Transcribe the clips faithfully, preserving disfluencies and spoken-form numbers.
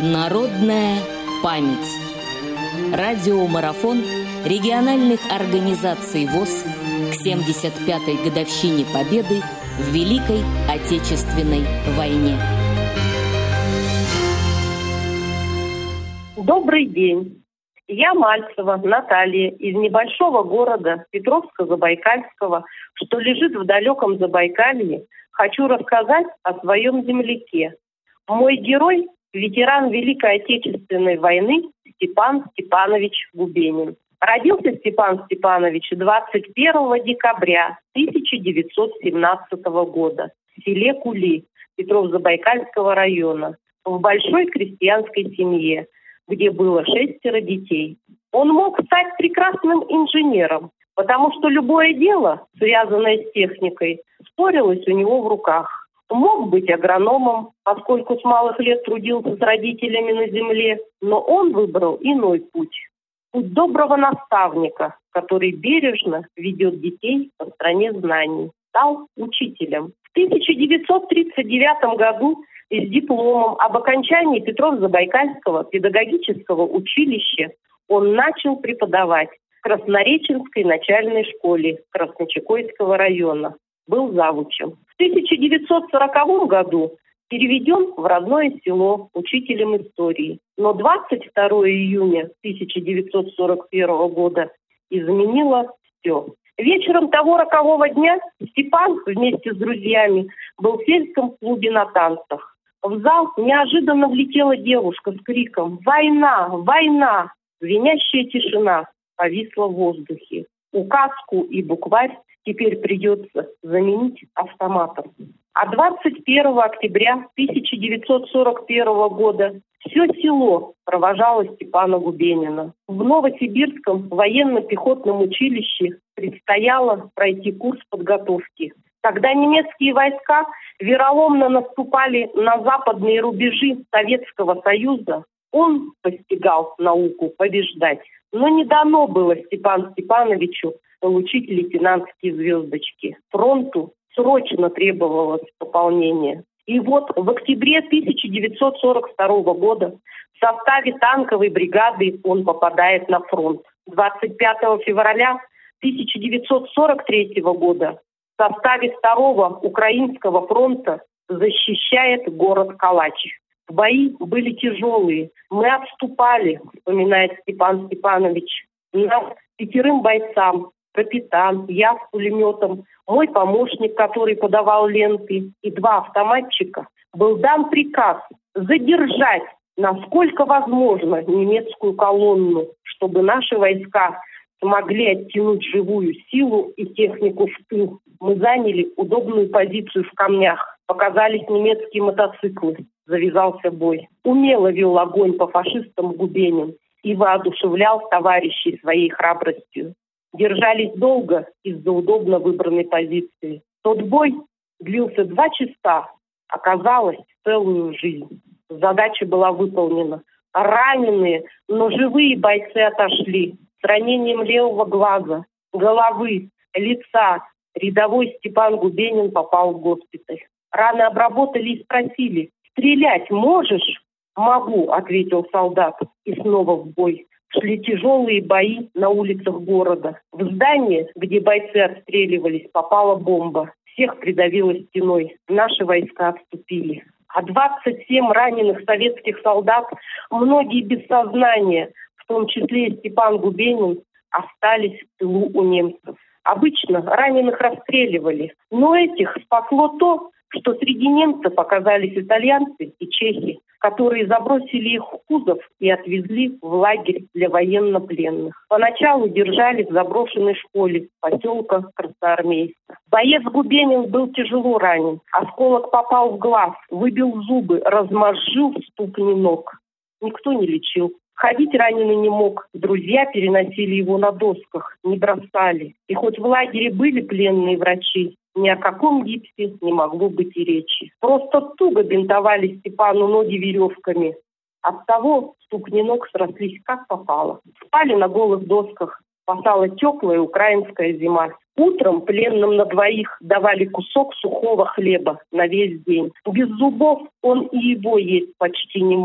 Народная память. Радиомарафон региональных организаций ВОС к семьдесят пятой годовщине Победы в Великой Отечественной войне. Добрый день. Я Мальцева Наталья из небольшого города Петровска-Забайкальского, что лежит в далеком Забайкалье. Хочу рассказать о своем земляке. Мой герой – ветеран Великой Отечественной войны Степан Степанович Губенин. Родился Степан Степанович двадцать первого декабря тысяча девятьсот семнадцатого года в селе Кули Петров-Забайкальского района в большой крестьянской семье, где было шестеро детей. Он мог стать прекрасным инженером, потому что любое дело, связанное с техникой, спорилось у него в руках. Мог быть агрономом, поскольку с малых лет трудился с родителями на земле, но он выбрал иной путь. Путь доброго наставника, который бережно ведет детей по стране знаний. Стал учителем. В тысяча девятьсот тридцать девятом году с дипломом об окончании Петров-Забайкальского педагогического училища он начал преподавать в Краснореченской начальной школе Красночекойского района. Был завучем. В тысяча девятьсот сороковом году переведен в родное село учителем истории. Но двадцать второго июня тысяча девятьсот сорок первого года изменило все. Вечером того рокового дня Степан вместе с друзьями был в сельском клубе на танцах. В зал неожиданно влетела девушка с криком «Война! Война!». Звенящая тишина повисла в воздухе. Указку и букварь теперь придется заменить автоматом. А двадцать первого октября тысяча девятьсот сорок первого года все село провожало Степана Губенина. В Новосибирском военно-пехотном училище предстояло пройти курс подготовки. Когда немецкие войска вероломно наступали на западные рубежи Советского Союза, он постигал науку побеждать. Но не дано было Степану Степановичу получить лейтенантские звездочки. Фронту срочно требовалось пополнение. И вот в октябре тысяча девятьсот сорок второго года в составе танковой бригады он попадает на фронт. двадцать пятого февраля тысяча девятьсот сорок третьего года в составе второго Украинского фронта защищает город Калач. Бои были тяжелые. Мы отступали, вспоминает Степан Степанович. Нас пятерым бойцам, капитан, я с пулеметом, мой помощник, который подавал ленты, и два автоматчика, был дан приказ задержать, насколько возможно, немецкую колонну, чтобы наши войска смогли оттянуть живую силу и технику в тыл. Мы заняли удобную позицию в камнях. Показались немецкие мотоциклы. Завязался бой. Умело вел огонь по фашистам Губенин и воодушевлял товарищей своей храбростью. Держались долго из-за удобно выбранной позиции. Тот бой длился два часа. Оказалось, целую жизнь. Задача была выполнена. Раненые, но живые бойцы отошли. С ранением левого глаза, головы, лица рядовой Степан Губенин попал в госпиталь. Раны обработали и спросили: «Стрелять можешь?» «Могу», — ответил солдат, и снова в бой. Шли тяжелые бои на улицах города. В здание, где бойцы отстреливались, попала бомба. Всех придавило стеной. Наши войска отступили. А двадцать семь раненых советских солдат, многие без сознания, в том числе и Степан Губенин, остались в тылу у немцев. Обычно раненых расстреливали, но этих спасло то, что среди немцев оказались итальянцы и чехи, которые забросили их в кузов и отвезли в лагерь для военнопленных. Поначалу держали в заброшенной школе поселка Красноармейска. Боец Губенин был тяжело ранен. Осколок попал в глаз, выбил зубы, размозжил ступни ног. Никто не лечил. Ходить раненый не мог. Друзья переносили его на досках, не бросали. И хоть в лагере были пленные врачи, ни о каком гипсе не могло быть и речи. Просто туго бинтовали Степану ноги веревками. Оттого ступни ног срослись как попало. Спали на голых досках. Спасала теплая украинская зима. Утром пленным на двоих давали кусок сухого хлеба на весь день. Без зубов он и его есть почти не мог.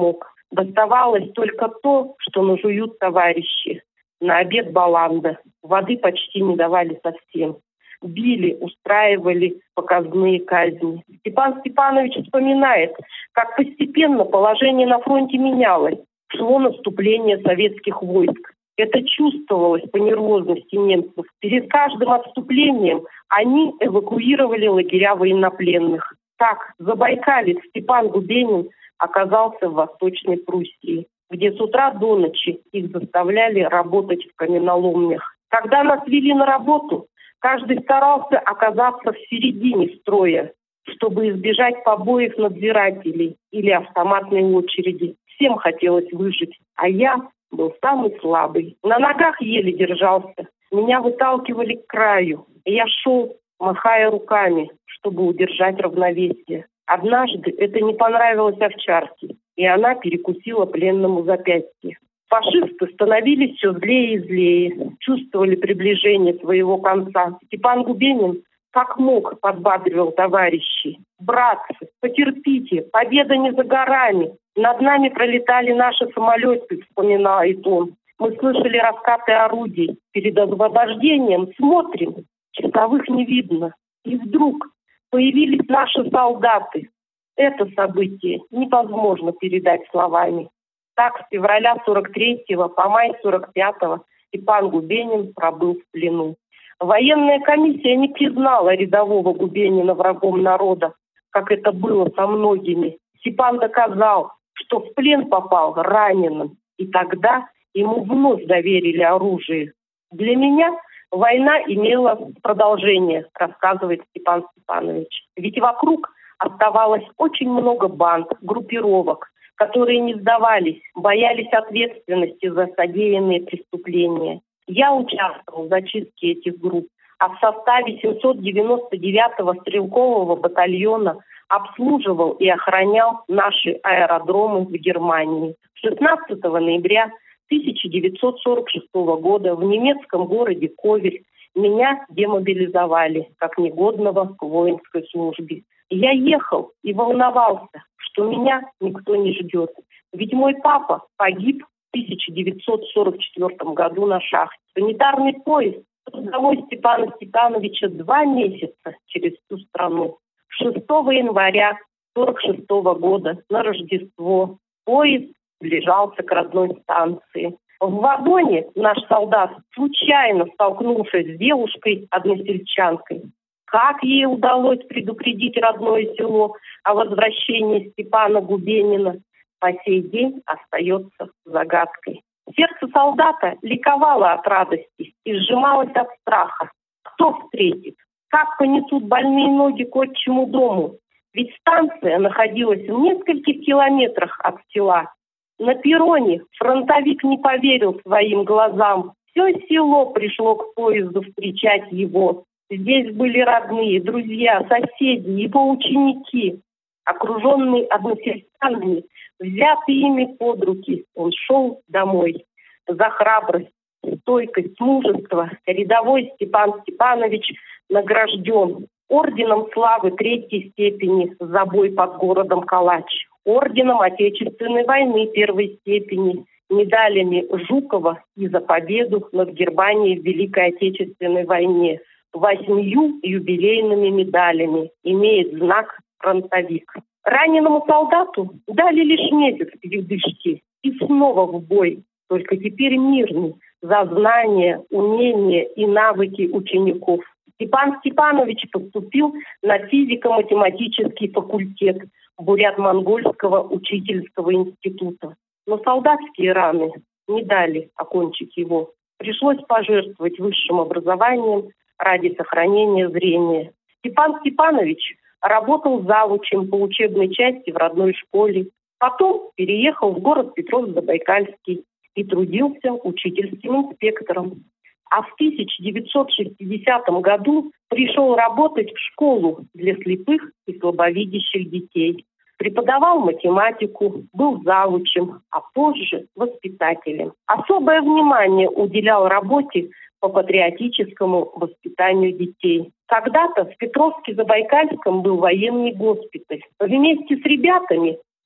Доставалось только то, что нажуют товарищи. На обед баланда. Воды почти не давали совсем. Били, устраивали показные казни. Степан Степанович вспоминает, как постепенно положение на фронте менялось. Шло наступление советских войск. Это чувствовалось по нервозности немцев. Перед каждым отступлением они эвакуировали лагеря военнопленных. Так, забайкалец Степан Губенин оказался в Восточной Пруссии, где с утра до ночи их заставляли работать в каменоломнях. Когда нас вели на работу, каждый старался оказаться в середине строя, чтобы избежать побоев надзирателей или автоматной очереди. Всем хотелось выжить, а я был самый слабый. На ногах еле держался. Меня выталкивали к краю. И я шел, махая руками, чтобы удержать равновесие. Однажды это не понравилось овчарке, и она перекусила пленному запястье. Фашисты становились все злее и злее, чувствовали приближение своего конца. Степан Губенин как мог подбадривал товарищей. «Братцы, потерпите, победа не за горами. Над нами пролетали наши самолеты», — вспоминает он. «Мы слышали раскаты орудий. Перед освобождением смотрим, часовых не видно. И вдруг появились наши солдаты. Это событие невозможно передать словами». Так, с февраля сорок третьего по май сорок пятого Степан Губенин пробыл в плену. Военная комиссия не признала рядового Губенина врагом народа, как это было со многими. Степан доказал, что в плен попал раненым, и тогда ему вновь доверили оружие. «Для меня война имела продолжение», рассказывает Степан Степанович. Ведь вокруг оставалось очень много банд, группировок, которые не сдавались, боялись ответственности за содеянные преступления. Я участвовал в зачистке этих групп, а в составе семьсот девяносто девятого стрелкового батальона обслуживал и охранял наши аэродромы в Германии. шестнадцатого ноября тысяча девятьсот сорок шестого года в немецком городе Ковель меня демобилизовали как негодного к воинской службе. Я ехал и волновался, что меня никто не ждет. Ведь мой папа погиб в тысяча девятьсот сорок четвёртом году на шахте. Санитарный поезд домой Степана Степановича два месяца через всю страну. шестого января сорок шестого года на Рождество поезд приближался к родной станции. В вагоне наш солдат, случайно столкнувшись с девушкой-односельчанкой, как ей удалось предупредить родное село о возвращении Степана Губенина, по сей день остается загадкой. Сердце солдата ликовало от радости и сжималось от страха. Кто встретит? Как понесут больные ноги к отчему дому? Ведь станция находилась в нескольких километрах от села. На перроне фронтовик не поверил своим глазам. Все село пришло к поезду встречать его. Здесь были родные, друзья, соседи, его ученики. Окруженный односельчанами, взятый ими под руки, он шел домой. За храбрость, стойкость, мужество рядовой Степан Степанович награжден орденом славы третьей степени за бой под городом Калач, орденом Отечественной войны первой степени, медалями Жукова и за победу над Германией в Великой Отечественной войне, восьмью юбилейными медалями, имеет знак «Фронтовик». Раненому солдату дали лишь месяц передышки и снова в бой, только теперь мирный, за знания, умения и навыки учеников. Степан Степанович поступил на физико-математический факультет Бурят-Монгольского учительского института. Но солдатские раны не дали окончить его. Пришлось пожертвовать высшим образованием ради сохранения зрения. Степан Степанович работал завучем по учебной части в родной школе. Потом переехал в город Петровск-Забайкальский и трудился учительским инспектором. А в тысяча девятьсот шестидесятом году пришел работать в школу для слепых и слабовидящих детей. Преподавал математику, был завучем, а позже воспитателем. Особое внимание уделял работе по патриотическому воспитанию детей. Когда-то в Петровске-Забайкальском был военный госпиталь. Вместе с ребятами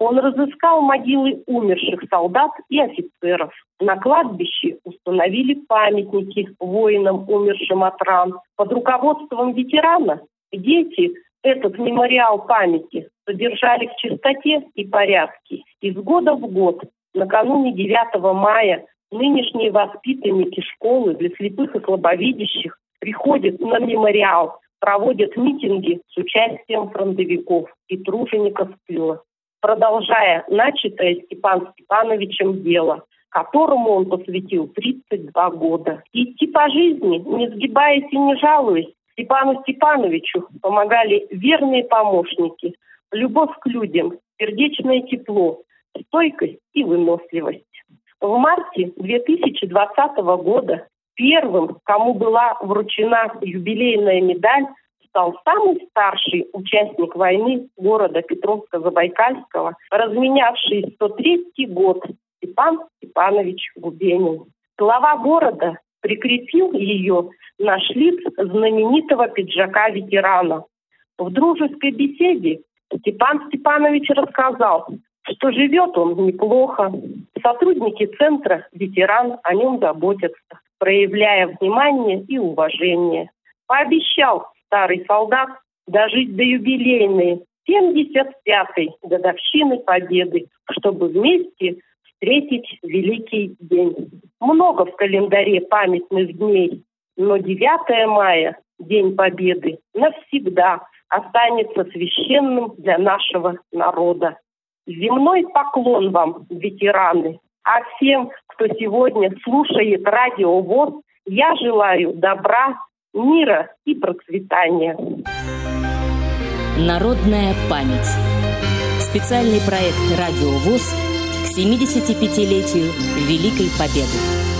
Он разыскал могилы умерших солдат и офицеров. На кладбище установили памятники воинам, умершим от ран. Под руководством ветерана дети этот мемориал памяти содержали в чистоте и порядке. Из года в год, накануне девятого мая, нынешние воспитанники школы для слепых и слабовидящих приходят на мемориал, проводят митинги с участием фронтовиков и тружеников тыла, продолжая начатое Степаном Степановичем дело, которому он посвятил тридцать два года. Идти по жизни, не сгибаясь и не жалуясь, Степану Степановичу помогали верные помощники, любовь к людям, сердечное тепло, стойкость и выносливость. В марте две тысячи двадцатого года первым, кому была вручена юбилейная медаль, стал самый старший участник войны города Петровска-Забайкальского, разменявший сто третий год, Степан Степанович Губенин. Глава города прикрепил ее на шлиц знаменитого пиджака ветерана. В дружеской беседе Степан Степанович рассказал, что живет он неплохо. Сотрудники центра «Ветеран» о нем заботятся, проявляя внимание и уважение. Пообещал старый солдат дожить до юбилейной семьдесят пятой годовщины Победы, чтобы вместе встретить великий день. Много в календаре памятных дней, но девятое мая, День Победы, навсегда останется священным для нашего народа. Земной поклон вам, ветераны! А всем, кто сегодня слушает Радио ВОС, я желаю добра, мира и процветания. Народная память. Специальный проект Радио ВОС к семидесятипятилетию Великой Победы.